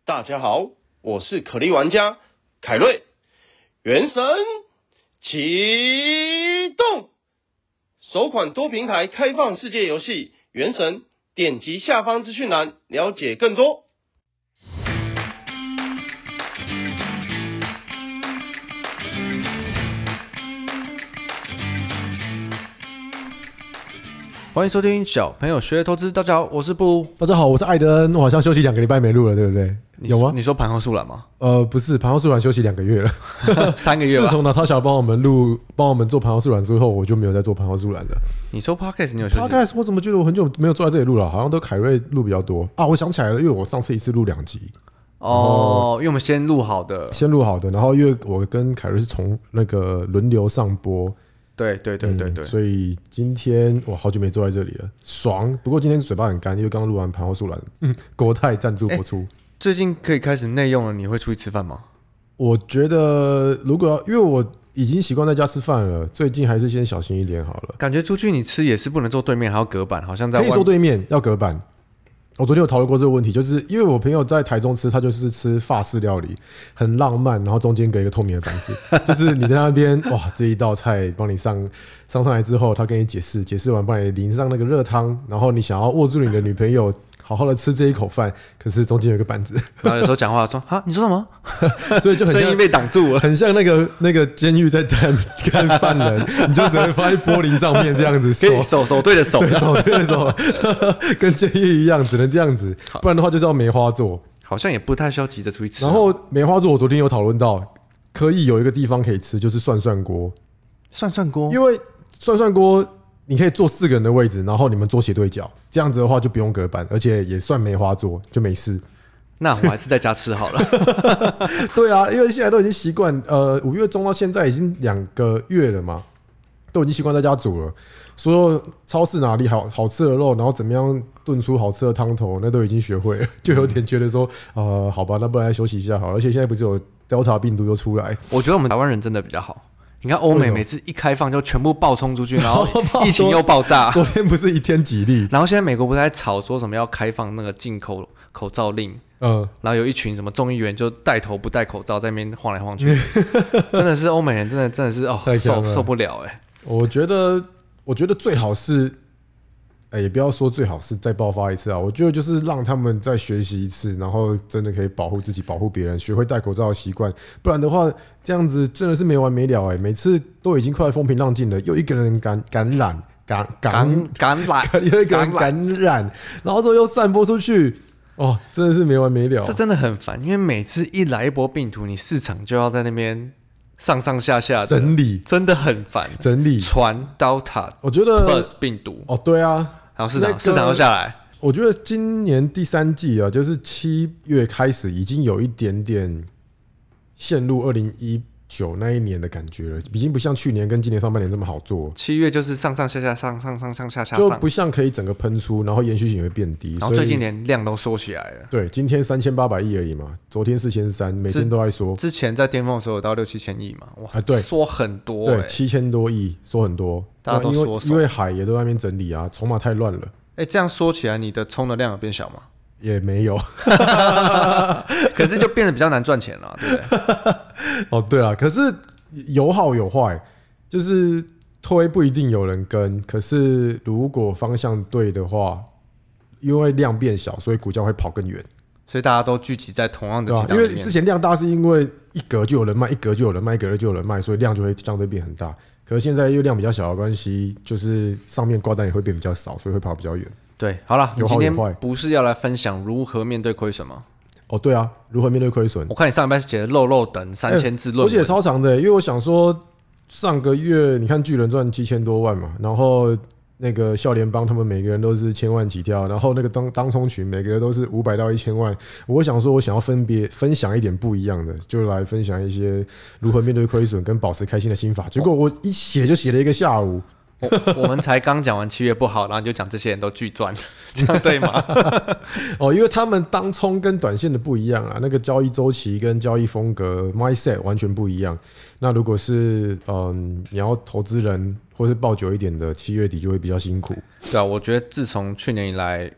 大家好，我是可莉玩家凯瑞。原神启动，首款多平台开放世界游戏《原神》，点击下方资讯栏了解更多。 欢迎收听小朋友学投资，大家好，我是布。 大家好，我是艾德恩。我好像休息2个礼拜没录了，对不对？有吗？ 你说盘后速览吗？ 不是，盘后速览休息2个月了 ，3个月吧。 自从Natasha帮我们做盘后速览之后，我就没有再做盘后速览了。 你说 Podcast 你有休息 ？Podcast 我怎么觉得我很久没有坐在这里录了？好像都凯瑞录比较多啊。我想起来了，因为我上次一次录2集。 哦，因为我们先录好的， 然后因为我跟凯瑞是从那个轮流上播。 对， 所以今天我好久没坐在这里了，爽。不过今天嘴巴很干，因为刚刚录完盘后速览。国泰赞助播出。 最近可以开始内用了，你会出去吃饭吗？ 我觉得因为我已经习惯在家吃饭了，最近还是先小心一点好了。 感觉出去你吃也是不能坐对面，还要隔板，好像在可以坐对面，要隔板。我昨天有讨论过这个问题，就是因为我朋友在台中吃，他就是吃法式料理，很浪漫，然后中间隔一个透明的板子，就是你在那边哇，这一道菜帮你上来之后，他跟你解释完帮你淋上那个热汤，然后你想要握住你的女朋友，好好的吃这一口饭，可是中间有一个板子， 然后有时候讲话说哈，你说什么？ 所以就很像声音被挡住了， 很像那个监狱在看犯人，你就只能放在玻璃上面这样子， 手对着手， 手对着手，跟监狱一样，只能这样子，不然的话就是要梅花座。 好像也不太需要急着出去吃。 然后梅花座我昨天有讨论到，可以有一个地方可以吃，就是涮锅。 涮锅， 因为涮锅你可以坐4个人的位置，然后你们坐斜对角，这样子的话就不用隔板，而且也算梅花座，就没事。 那我还是在家吃好了。 对啊，因为现在都已经习惯，5月中到现在已经2个月了嘛，都已经习惯在家煮了。所有超市哪里好吃的肉，然后怎么样炖出好吃的汤头，那都已经学会了，就有点觉得说，好吧，那不然来休息一下好了。而且现在不是有 Delta 病毒又出来， 我觉得我们台湾人真的比较好。你看欧美每次一开放就全部爆冲出去，然后疫情又爆炸。 昨天不是一天几例， 然后现在美国不是在吵说什么要开放那个进口口罩令，然后有一群什么众议员就带头不戴口罩在那边晃来晃去，真的是欧美人真的是受不了哎。 我觉得最好是，也不要说最好是再爆发一次啊，我觉得就是让他们再学习一次，然后真的可以保护自己、保护别人，学会戴口罩的习惯，不然的话这样子真的是没完没了每次都已经快风平浪静了，又一个人感染，又一个人感染，然后之后又散播出去，真的是没完没了。 这真的很烦，因为每次一来一波病毒，你市场就要在那边上下的整理， 真的很烦。 整理传刀塔， 我觉得 plus 病毒。 对啊， 然后市场又下来。 我觉得今年第3季啊，就是7月开始，已经有一点点陷入2019那一年的感觉了，已经不像去年跟今年上半年这么好做。 7月就是上下， 就不像可以整个喷出，然后延续性也会变低。 然后最近连量都缩起来了。 对，今天3800亿而已嘛，昨天4300，每天都在缩。 之前在巅峰的时候有到6、7千亿嘛，哇， 对， 缩很多。 对，7000多亿，缩很多。 大家都缩手， 因为海也都在那边整理啊，筹码太乱了。 这样说起来，你的冲的量有变小吗？ 也没有。 可是就变得比较难赚钱了，对不对？ 对啦，可是有好有坏，就是推不一定有人跟，可是如果方向对的话，因为量变小，所以股价会跑更远。 所以大家都聚集在同样的几档里面。 因为之前量大是因为一格就有人卖，一格就有人卖，一格就有人卖，所以量就会相对变很大。可是现在因为量比较小的关系，就是上面挂单也会变比较少，所以会跑比较远。 对，好了， 有好有坏。 你今天不是要来分享如何面对亏损吗？ 对啊，如何面对亏损？ 我看你上一班是写的肉等3000字论文。 我写超长的，因为我想说上个月你看巨人赚7000多万嘛，然后那个笑联邦他们每个人都是1000万起跳，然后那个当冲群每个人都是500到1000万。我想说我想要分享一点不一样的，就来分享一些如何面对亏损跟保持开心的心法。结果我一写就写了一个下午。 我们才刚讲完7月不好，然后你就讲这些人都巨赚，这样对吗？ 因为他们当冲跟短线的不一样啊，那个交易周期跟交易风格 mindset 完全不一样。那如果是你要投资人或是抱久一点的，7月底就会比较辛苦。 对啊，我觉得自从去年以来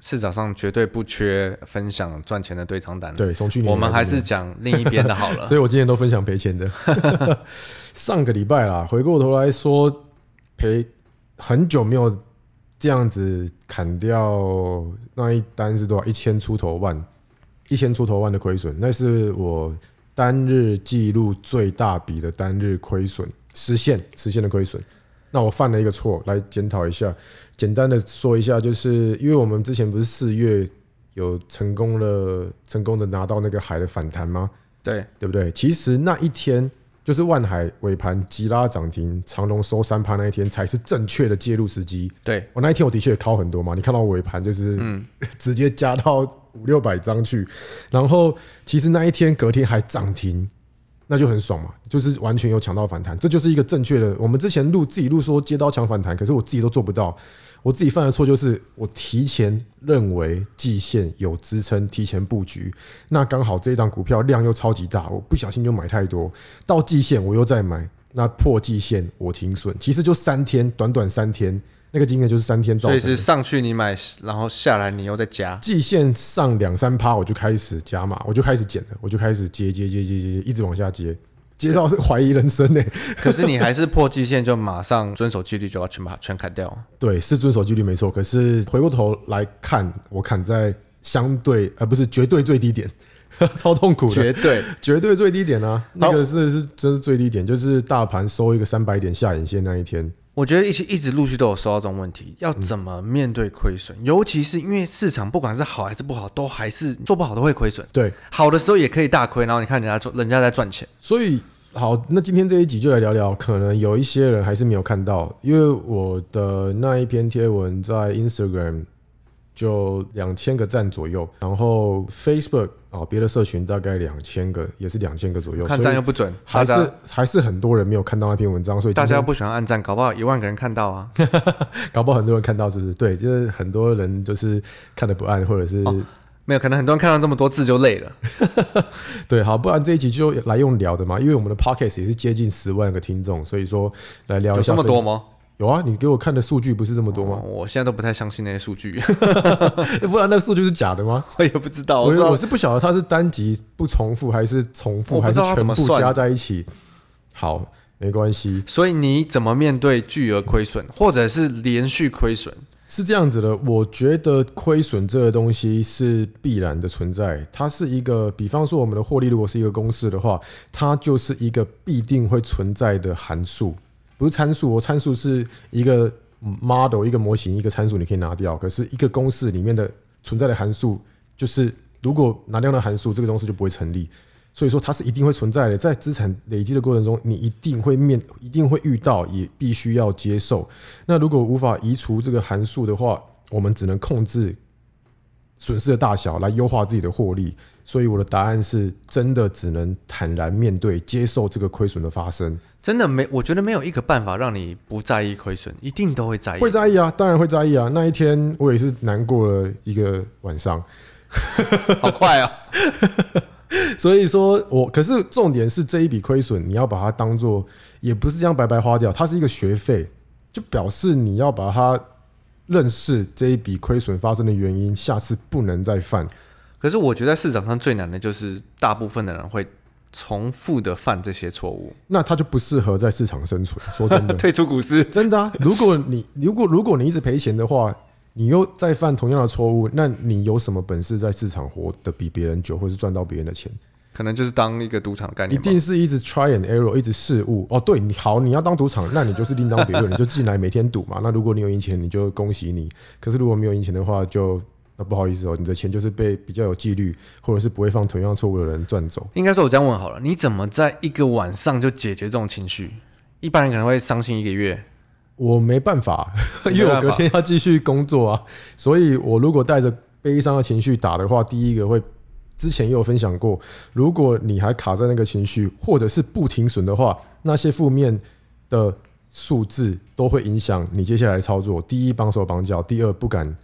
市场上绝对不缺分享赚钱的对账单。 对，从去年我们还是讲另一边的好了。 所以我今天都分享赔钱的。上个礼拜啦，回过头来说，很久没有这样子砍掉那一单是多少？1000出头万的亏损，那是我单日记录最大笔的单日亏损，实现的亏损。那我犯了一个错，来检讨一下。简单的说一下，就是因为我们之前不是4月有成功的拿到那个海的反弹吗？对不对？其实那一天就是万海尾盘急拉涨停，长荣收3%那一天才是正确的介入时机。 对， 我那一天我的确也靠很多嘛，你看到尾盘就是直接加到500-600张去，然后其实那一天隔天还涨停。那就很爽嘛，就是完全有抢到反弹，这就是一个正确的。我们之前自己录说接刀抢反弹，可是我自己都做不到。我自己犯的错就是我提前认为季线有支撑，提前布局。那刚好这一档股票量又超级大，我不小心就买太多，到季线我又再买，那破季线我停损。其实就3天，短短3天。那个经验就是3天造成的， 所以是上去你买，然后下来你又再加， 季线上2-3%我就开始加码，我就开始减了，我就开始接，一直往下接到怀疑人生欸。 可是你还是破季线就马上遵守纪律，就要全砍掉。 对，是遵守纪律没错，可是回过头来看，我砍在相对不是绝对最低点。超痛苦的，绝对最低点啊，那个是真是最低点，就是大盘收一个300点下影线那一天。 我觉得一直陆续都有收到这种问题，要怎么面对亏损？尤其是因为市场不管是好还是不好，都还是做不好都会亏损。 对， 好的时候也可以大亏，然后你看人家在赚钱。 所以好，那今天这一集就来聊聊，可能有一些人还是没有看到，因为我的那一篇贴文在 Instagram 就2000个赞左右，然后 Facebook 别的社群大概2000个，也是2000个左右。 看赞又不准， 还是很多人没有看到那篇文章，所以大家不喜欢按赞，搞不好1万个人看到啊。 搞不好很多人看到，是不是？对，就是很多人就是看得不按，或者是没有，可能很多人看到这么多字就累了。 对，好，不然这一集就来用聊的嘛，因为我们的 Podcast 也是接近10万个听众，所以说来聊一下。 有这么多吗？ 有啊，你给我看的数据不是这么多吗？ 我现在都不太相信那些数据。 不然那数据是假的吗？ 我也不知道。 我是不晓得它是单集不重复还是重复，还是全部加在一起。好，没关系。 所以你怎么面对巨额亏损，或者是连续亏损？ 是这样子的，我觉得亏损这个东西是必然的存在，它是一个，比方说我们的获利如果是一个公式的话，它就是一个必定会存在的函数。不是参数，参数是一个 model 一个模型一个参数你可以拿掉，可是一个公式里面的存在的函数，就是如果拿掉那函数，这个公式就不会成立。所以说它是一定会存在的，在资产累积的过程中，你一定会遇到，也必须要接受。那如果无法移除这个函数的话，我们只能控制损失的大小来优化自己的获利。所以我的答案是真的只能坦然面对，接受这个亏损的发生。 真的我觉得没有一个办法让你不在意亏损，一定都会在意。 会在意啊，当然会在意啊。那一天我也是难过了一个晚上。 好快啊。 所以说可是重点是这一笔亏损，你要把它当作也不是这样白白花掉，它是一个学费，就表示你要把它认识这一笔亏损发生的原因，下次不能再犯。 可是我觉得在市场上最难的就是大部分的人会重复的犯这些错误， 那他就不适合在市场生存。说真的， 退出股市， 真的啊。如果你一直赔钱的话，你又再犯同样的错误，那你有什么本事在市场活得比别人久，或是赚到别人的钱？ 可能就是当一个赌场的概念吧。 一定是一直 try and error， 一直试误。对，你要当赌场，那你就是另当别论，你就进来每天赌嘛。那如果你有赢钱，你就恭喜你。可是如果没有赢钱的话，那不好意思你的钱就是被比较有纪律，或者是不会犯同样错误的人赚走。 应该说我这样问好了，你怎么在一个晚上就解决这种情绪？一般人可能会伤心1个月。 我没办法，因为我隔天要继续工作啊。所以我如果带着悲伤的情绪打的话，第一个会，之前也有分享过，如果你还卡在那个情绪，或者是不停损的话，那些负面的数字都会影响你接下来的操作。第一，绑手绑脚；第二，不敢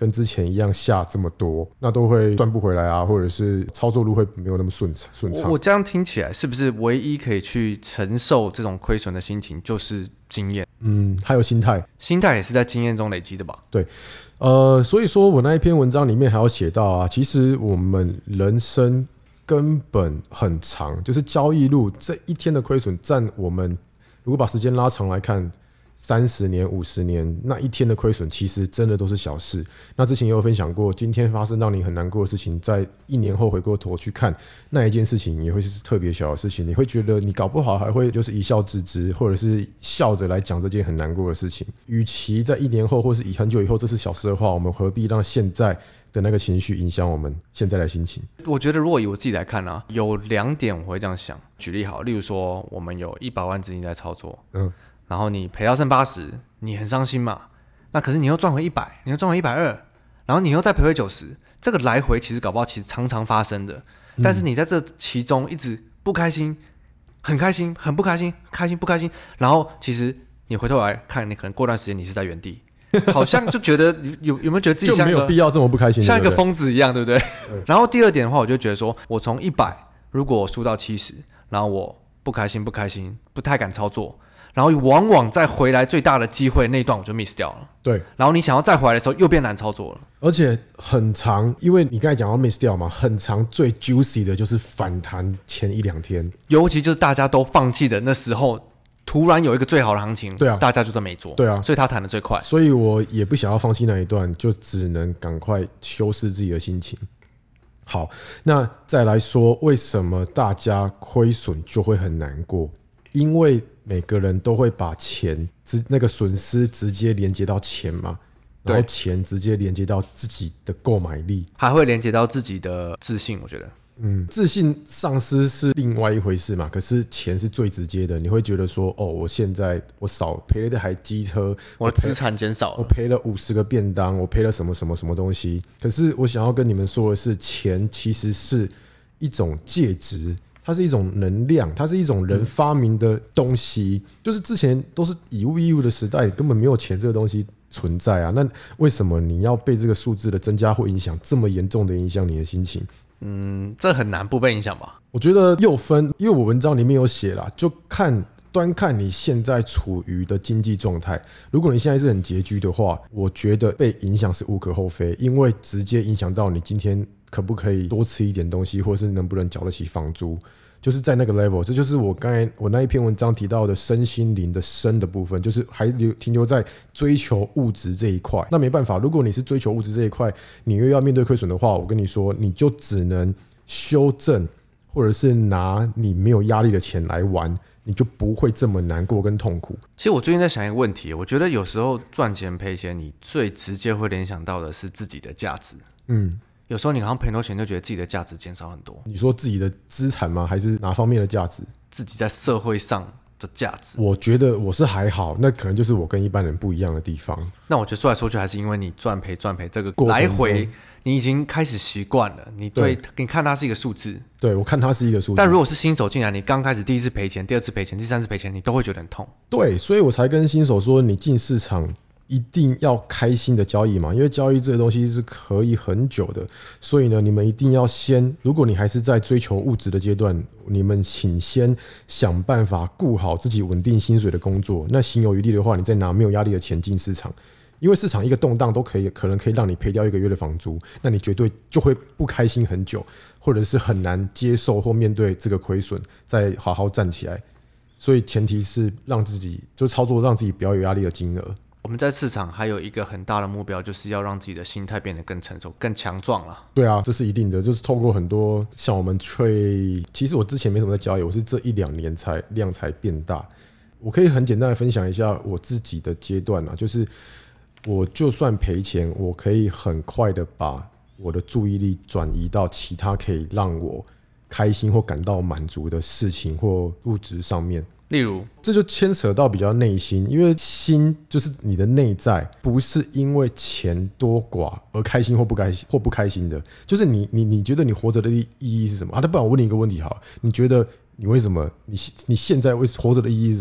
跟之前一样下这么多，那都会赚不回来啊，或者是操作路会没有那么顺畅。 我这样听起来是不是唯一可以去承受这种亏损的心情就是经验？ 还有心态也是在经验中累积的吧？ 对，所以说我那一篇文章里面还有写到啊，其实我们人生根本很长，就是交易路这一天的亏损占我们如果把时间拉长来看，30年、50年，那一天的亏损其实真的都是小事。那之前也有分享过，今天发生让你很难过的事情，在1年后回过头去看那一件事情，也会是特别小的事情，你会觉得你搞不好还会就是一笑置之，或者是笑着来讲这件很难过的事情。与其在1年后或是很久以后这是小事的话，我们何必让现在的那个情绪影响我们现在的心情？ 我觉得如果以我自己来看啊，有2点我会这样想。举例好，例如说我们有100万资金在操作，然后你赔到剩80，你很伤心嘛？那可是你又赚回100，你又赚回120，然后你又再赔回90，这个来回其实搞不好其实常常发生的。但是你在这其中一直不开心，很开心，很不开心，开心不开心，然后其实你回头来看，你可能过段时间你是在原地。好像就觉得有没有觉得自己像就没有必要这么不开心， 像一个疯子一样，对不对？然后第2点的话，我就觉得说，我从100如果我输到70，然后我不开心，不太敢操作，然后往往再回来最大的机会那一段我就 miss 掉了。 对， 然后你想要再回来的时候又变难操作了， 而且很长，因为你刚才讲到 miss 掉嘛，很长最 juicy 的就是反弹前1-2天， 尤其就是大家都放弃的那时候。突然有一个最好的行情， 对啊， 大家就都没做， 对啊， 所以他弹得最快。 所以我也不想要放弃那一段，就只能赶快修饰自己的心情。好，那再来说，为什么大家亏损就会很难过？因为每个人都会把钱那个损失直接连接到钱嘛，然后钱直接连接到自己的购买力， 还会连接到自己的自信，我觉得。 自信丧失是另外一回事嘛，可是钱是最直接的，你会觉得说，我现在我少赔了一台机车， 我的资产减少了， 我赔了50个便当，我赔了什么什么什么东西。可是我想要跟你们说的是，钱其实是一种介质，它是一种能量，它是一种人发明的东西，就是之前都是以物易物的时代，根本没有钱这个东西存在啊。那为什么你要被这个数字的增加或影响这么严重的影响你的心情？ 这很难不被影响吧？ 我觉得又分，因为我文章里面有写啦，就端看你现在处于的经济状态。如果你现在是很拮据的话，我觉得被影响是无可厚非，因为直接影响到你今天可不可以多吃一点东西，或是能不能缴得起房租，就是在那个 level。这就是我那一篇文章提到的身心灵的身的部分，就是还停留在追求物质这一块。那没办法，如果你是追求物质这一块，你又要面对亏损的话，我跟你说，你就只能修正，或者是拿你没有压力的钱来玩，你就不会这么难过跟痛苦。 其实我最近在想一个问题，我觉得有时候赚钱赔钱，你最直接会联想到的是自己的价值。有时候你好像赔很多钱就觉得自己的价值减少很多。 你说自己的资产吗？还是哪方面的价值？ 自己在社会上的价值。 我觉得我是还好，那可能就是我跟一般人不一样的地方。 那我觉得说来说去还是因为你赚赔这个来回你已经开始习惯了，你看它是一个数字。 对，我看它是一个数字。 但如果是新手进来，你刚开始第一次赔钱，第2次赔钱，第3次赔钱，你都会觉得很痛。 对，所以我才跟新手说，你进市场一定要开心的交易嘛，因为交易这个东西是可以很久的，所以呢，你们一定要先，如果你还是在追求物质的阶段，你们请先想办法顾好自己稳定薪水的工作，那行有余力的话，你再拿没有压力的钱进市场，因为市场一个动荡都可能可以让你赔掉1个月的房租，那你绝对就会不开心很久，或者是很难接受或面对这个亏损，再好好站起来。所以前提是让自己就操作让自己不要有压力的金额。 我们在市场还有一个很大的目标，就是要让自己的心态变得更成熟、更强壮了。 对啊，这是一定的，就是透过很多像我们其实我之前没什么在交易，我是这1-2年量才变大。我可以很简单的分享一下我自己的阶段啊，就是我就算赔钱，我可以很快的把我的注意力转移到其他可以让我开心或感到满足的事情或物质上面。 例如， 这就牵扯到比较内心，因为心就是你的内在，不是因为钱多寡而开心或不开心的，就是你觉得你活着的意义是什么啊？那不然我问你一个问题好了，你觉得你为什么你现在活着的意义是什么？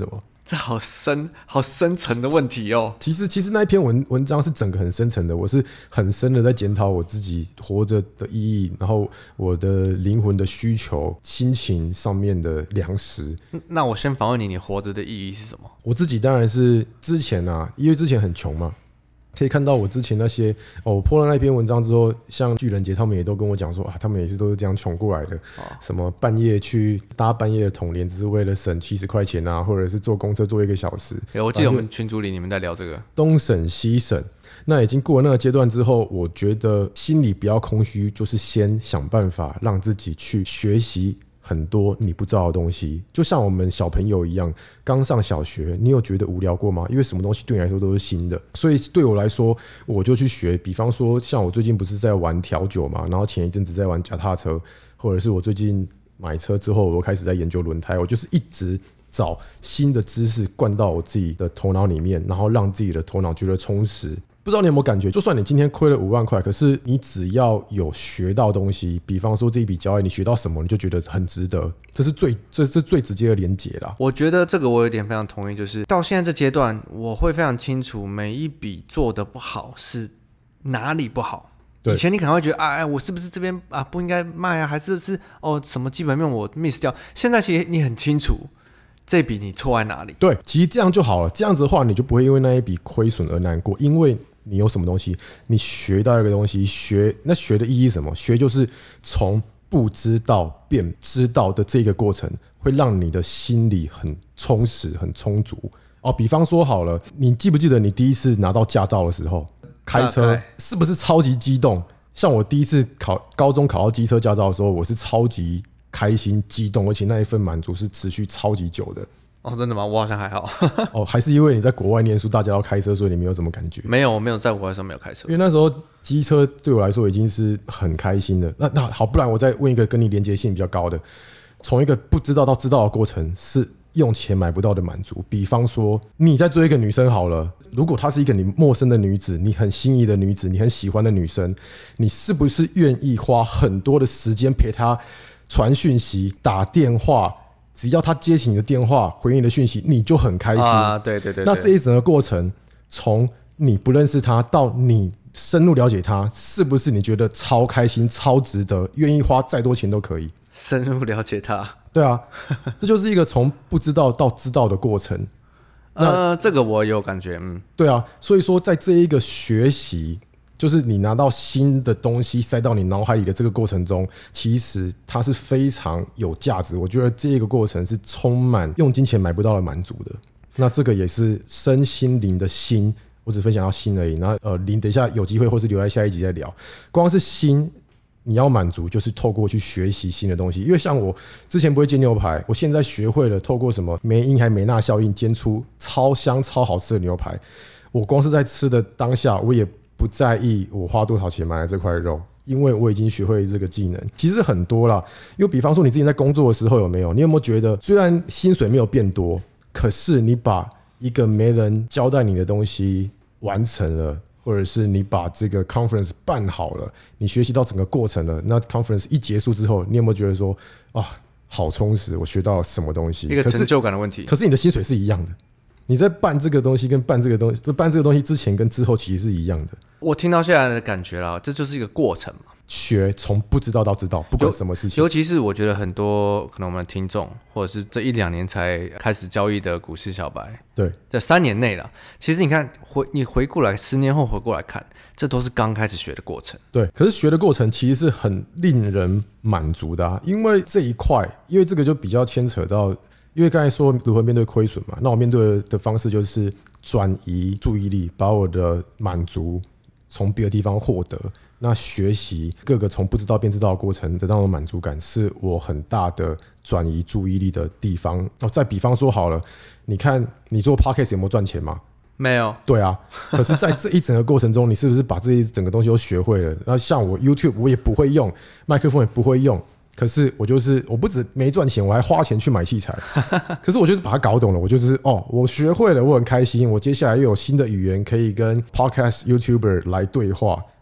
这好深层的问题哦。 其实那一篇文章是整个很深层的，我是很深的在检讨我自己活着的意义，然后我的灵魂的需求、心情上面的粮食。 那我先访问你，你活着的意义是什么？ 我自己当然是之前啊，因为之前很穷嘛。可以看到我之前那些我破了那篇文章之后，像巨人节他们也都跟我讲说啊，他们也是都是这样穷过来的，什么半夜去搭半夜的统联只是为了省70块钱啊，或者是坐公车坐1个小时。 我记得我们群组里你们在聊这个东省西省。那已经过了那个阶段之后，我觉得心里不要空虚，就是先想办法让自己去学习很多你不知道的东西。就像我们小朋友一样，刚上小学，你有觉得无聊过吗？因为什么东西对你来说都是新的，所以对我来说我就去学。比方说像我最近不是在玩调酒嘛，然后前一阵子在玩脚踏车，或者是我最近买车之后我开始在研究轮胎，我就是一直找新的知识灌到我自己的头脑里面，然后让自己的头脑觉得充实。不知道你有没有感觉，就算你今天亏了5万块，可是你只要有学到东西，比方说这一笔交易你学到什么，你就觉得很值得，这是最直接的连结啦。 我觉得这个我有点非常同意，就是到现在这阶段，我会非常清楚每一笔做的不好是哪里不好。以前你可能会觉得我是不是这边不应该卖啊，还是什么基本面我 miss 掉。现在其实你很清楚这笔你错在哪里。 对，其实这样就好了，这样子的话你就不会因为那一笔亏损而难过，因为你有什么东西，你学到一个东西，学的意义是什么？学就是从不知道变知道的这个过程，会让你的心里很充实、很充足。比方说好了，你记不记得你第一次拿到驾照的时候，开车是不是超级激动？像我第一次高中考到机车驾照的时候，我是超级开心、激动，而且那一份满足是持续超级久的。 真的吗？我好像还好。 还是因为你在国外念书，大家要开车，所以你没有什么感觉？ 没有在国外上没有开车。 因为那时候机车对我来说已经是很开心的。那好，不然我再问一个跟你连结性比较高的，从一个不知道到知道的过程，是用钱买不到的满足。比方说你在追一个女生好了，如果她是一个你陌生的女子，你很心仪的女子，你很喜欢的女生，你是不是愿意花很多的时间陪她传讯息、打电话？只要他接起你的电话，回你的讯息，你就很开心。 对。 那这一整个过程，从你不认识他到你深入了解他，是不是你觉得超开心、超值得，愿意花再多钱都可以？ 深入了解他。 对啊，这就是一个从不知道到知道的过程。 这个我有感觉， 对啊，所以说在这一个学习，就是你拿到新的东西塞到你脑海里的这个过程中，其实它是非常有价值。我觉得这个过程是充满用金钱买不到的满足的。那这个也是身心灵的心，我只分享到心而已。然后灵等一下有机会或是留在下一集再聊。光是心你要满足，就是透过去学习新的东西。因为像我之前不会煎牛排，我现在学会了透过什么梅因还梅纳效应煎出超香超好吃的牛排。我光是在吃的当下，我也不在意我花多少钱买了这块肉，因为我已经学会这个技能。其实很多啦，因为比方说你之前在工作的时候你有没有觉得，虽然薪水没有变多，可是你把一个没人交代你的东西完成了，或者是你把这个 conference 办好了，你学习到整个过程了，那 conference 一结束之后，你有没有觉得说好充实，我学到了什么东西？ 一个成就感的问题。 可是你的薪水是一样的。你在办这个东西跟办这个东西之前跟之后其实是一样的。 我听到现在的感觉啦，这就是一个过程嘛。 学从不知道到知道，不管什么事情。 尤其是我觉得很多可能我们的听众，或者是这1-2年才开始交易的股市小白， 对， 在3年内啦，其实你看你回过来10年后回过来看，这都是刚开始学的过程。 对，可是学的过程其实是很令人满足的因为这一块，因为这个就比较牵扯到。因为刚才说如何面对亏损嘛，那我面对的方式就是转移注意力，把我的满足从别的地方获得。那学习各个从不知道变知道的过程得到的满足感，是我很大的转移注意力的地方。再比方说好了，你看你做 podcast 有没有赚钱吗？ 没有。 对啊，可是在这一整个过程中，你是不是把这一整个东西都学会了？那像我 YouTube 我也不会用，麦克风也不会用。可是我不止没赚钱，我还花钱去买器材。可是我就是把它搞懂了，我就是我学会了，我很开心。我接下来又有新的语言可以跟 podcast YouTuber 来对话。因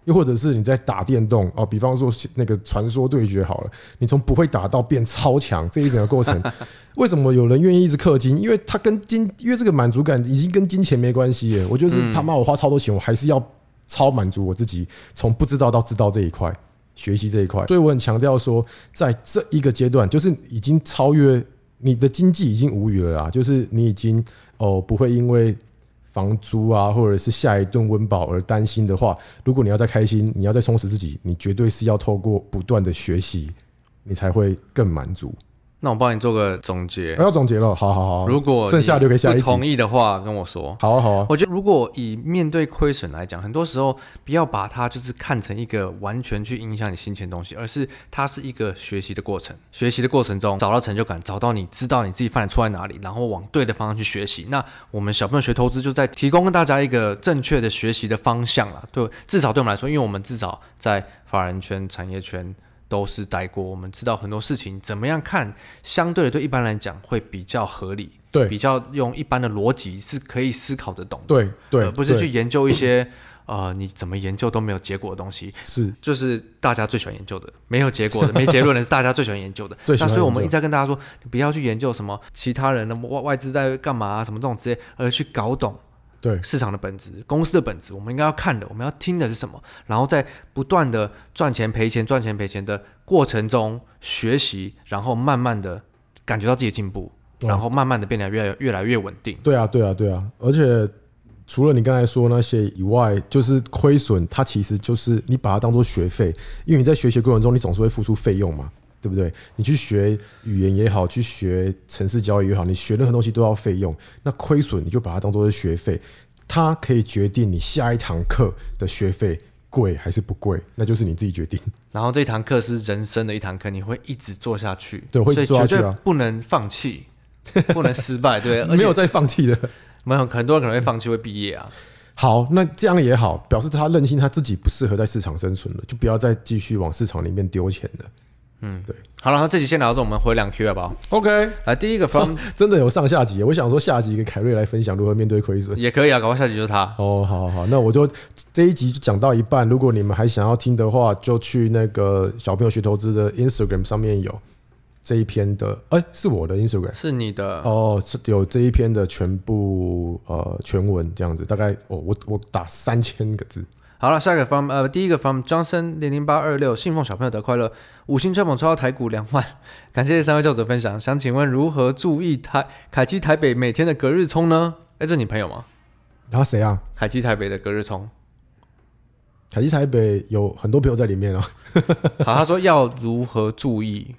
又或者是你在打电动哦，比方说那个传说对决好了，你从不会打到变超强这一整个过程，为什么有人愿意一直氪金？因为因为这个满足感已经跟金钱没关系耶。我就是他妈我花超多钱，我还是要超满足我自己，从不知道到知道这一块，学习这一块。所以我很强调说，在这一个阶段，就是已经超越你的经济已经无语了啦，就是你已经不会因为房租啊，或者是下一顿温饱而担心的话，如果你要再开心，你要再充实自己，你绝对是要透过不断的学习，你才会更满足。 那我帮你做个总结。 我要总结了，好。 如果剩下留给下一集。 不同意的话跟我说。 好啊。 我觉得如果以面对亏损来讲，很多时候不要把它就是看成一个完全去影响你心情的东西，而是它是一个学习的过程。学习的过程中找到成就感，找到你知道你自己犯的错在哪里，然后往对的方向去学习。那我们小朋友学投资就在提供大家一个正确的学习的方向啦。对，至少对我们来说，因为我们至少在法人圈、产业圈都是待过，我们知道很多事情怎么样看，相对的对一般人来讲会比较合理， 对， 比较用一般的逻辑是可以思考得懂的，对， 而不是去研究一些你怎么研究都没有结果的东西， 是， 就是大家最喜欢研究的，没有结果的、没结论的，是大家最喜欢研究的。那所以我们一直在跟大家说，你不要去研究什么其他人的外资在干嘛啊，什么这种之类，而去搞懂。 对市场的本质，公司的本质，我们应该要看的，我们要听的是什么，然后在不断的赚钱赔钱的过程中学习，然后慢慢的感觉到自己的進步，然后慢慢的变得越来越稳定。 对啊，而且除了你刚才说那些以外，就是亏损，它其实就是你把它当作学费，因为你在学习过程中，你总是会付出费用嘛。对不对？你去学语言也好，去学程式交易也好，你学任何东西都要费用。那亏损你就把它当作是学费，它可以决定你下一堂课的学费贵还是不贵，那就是你自己决定。 然后这一堂课是人生的一堂课，你会一直做下去。 对，会一直做下去啊， 所以绝对不能放弃，不能失败，对。 没有再放弃的， 没有，很多人可能会放弃，会毕业啊。 好，那这样也好，表示他认清他自己不适合在市场生存了，就不要再继续往市场里面丢钱了。对， 好了，那这集先聊到这，我们回2 Q 好不好 ？OK， 来第一个 from 真的有上下集，我想说下集给凯瑞来分享如何面对亏损， 也可以啊，搞不好下集就是他。 好，那我就这一集就讲到一半，如果你们还想要听的话，就去那个小朋友学投资的 Instagram 上面有这一篇的，是我的 Instagram， 是你的是有这一篇的全部全文这样子，大概我打3000个字。 好了，下一个 from 第一个 from Johnson 00826，信奉小朋友的快乐，5星吹捧抽到台股2万，感谢3位教主分享，想请问如何注意凯基台北每天的隔日冲呢？这你朋友吗？ 他谁啊？ 凯基台北的隔日冲。 凯基台北有很多朋友在里面啊。 好，他说要如何注意？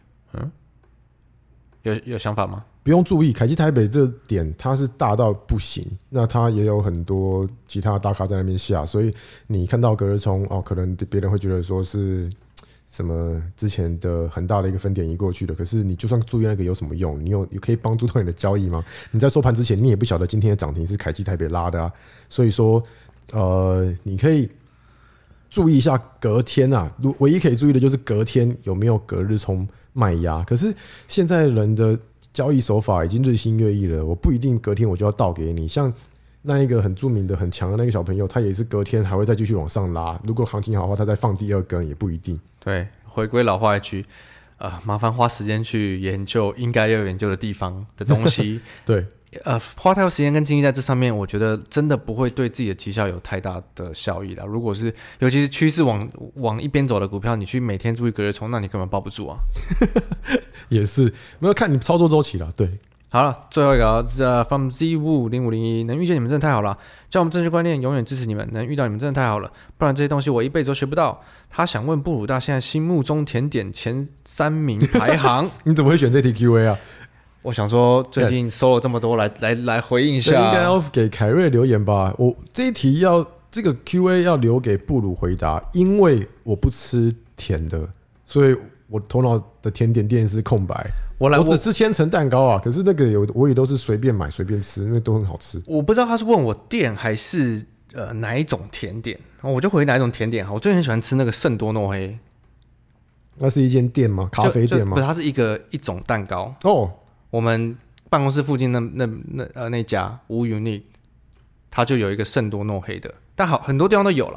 有想法吗？ 不用注意，凯基台北这点它是大到不行，那它也有很多其他的大咖在那边下，所以你看到隔日冲可能别人会觉得说是什么之前的很大的一个分点移过去的，可是你就算注意那个有什么用？你可以帮助到你的交易吗？你在收盘之前你也不晓得今天的涨停是凯基台北拉的啊，所以说你可以注意一下隔天啊，唯一可以注意的就是隔天有没有隔日冲卖压，可是现在人的交易手法已经日新月异了，我不一定隔天我就要倒给你。像那一个很著名的很强的那个小朋友，他也是隔天还会再继续往上拉，如果行情好的话他再放第2根也不一定。 对，回归老话一句，麻烦花时间去研究应该要研究的地方的东西。 对， 花太多时间跟精力在这上面，我觉得真的不会对自己的绩效有太大的效益啦。如果是尤其是趋势往一边走的股票，你去每天注意隔日冲，那你根本抱不住啊。 也是，没有看你操作周期啦。对， 好了，最后一个from ZWU0501，能遇见你们真的太好了，教我们正确观念，永远支持你们，能遇到你们真的太好了，不然这些东西我一辈子都学不到。他想问布鲁大现在心目中甜点前3名排行。 你怎么会选这题 Q&A 啊？ 我想说最近收了这么多来回应一下。 应该要给凯瑞留言吧，我这一题这个 Q&A 要留给布鲁回答，因为我不吃甜的，所以我头脑的甜点店是空白。我只吃千层蛋糕啊，可是那个我也都是随便买随便吃，因为都很好吃。 我不知道他是问我店还是哪一种甜点，我就回哪一种甜点好。我最近很喜欢吃那个圣多诺黑。 那是一间店吗？咖啡店吗？ 不是，它是一种蛋糕。我们办公室附近那家无 unique， 它就有一个圣多诺黑的，但很多地方都有啦。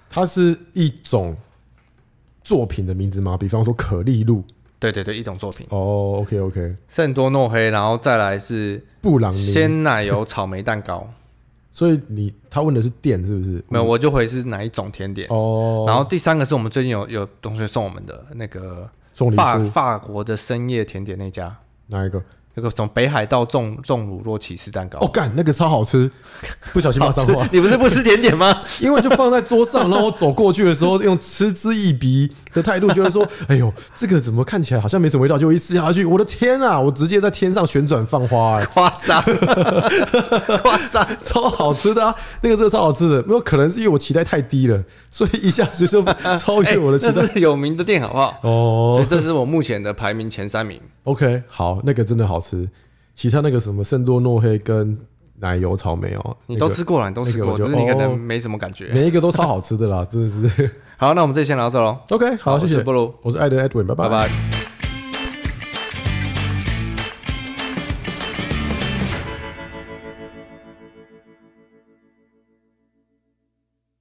它是一种作品的名字吗？比方说可丽露。 对对对，一种作品。 哦 ，OK， 圣多诺黑，然后再来是布朗尼鲜奶油草莓蛋糕。 所以他问的是店是不是？ 没有，我就回是哪一种甜点。 哦。 然后第3个是我们最近有同学送我们的那个法国的深夜甜点那家。 哪一个？ 那个从北海道种乳酪起司蛋糕。 哦，干，那个超好吃，不小心骂脏话。 你不是不吃甜点吗？ 因为就放在桌上，然后我走过去的时候，用嗤之以鼻的态度，觉得说，哎呦，这个怎么看起来好像没什么味道，就一吃下去，我的天啊，我直接在天上旋转放花， 夸张，夸张， 超好吃的啊，那个真的超好吃的，没有可能是因为我期待太低了，所以一下子就超越我的期待。 这是有名的店好不好？ 哦， 所以这是我目前的排名前3名。 OK， 好，那个真的好吃，其他那个什么圣多诺黑跟奶油草莓哦， 你都吃过了，你都吃过，只是你可能没什么感觉。 每一个都超好吃的啦，真的是。 好，那我们这里先聊到这喽。 OK， 好，谢谢布鲁， 我是艾德 Edwin， 拜拜。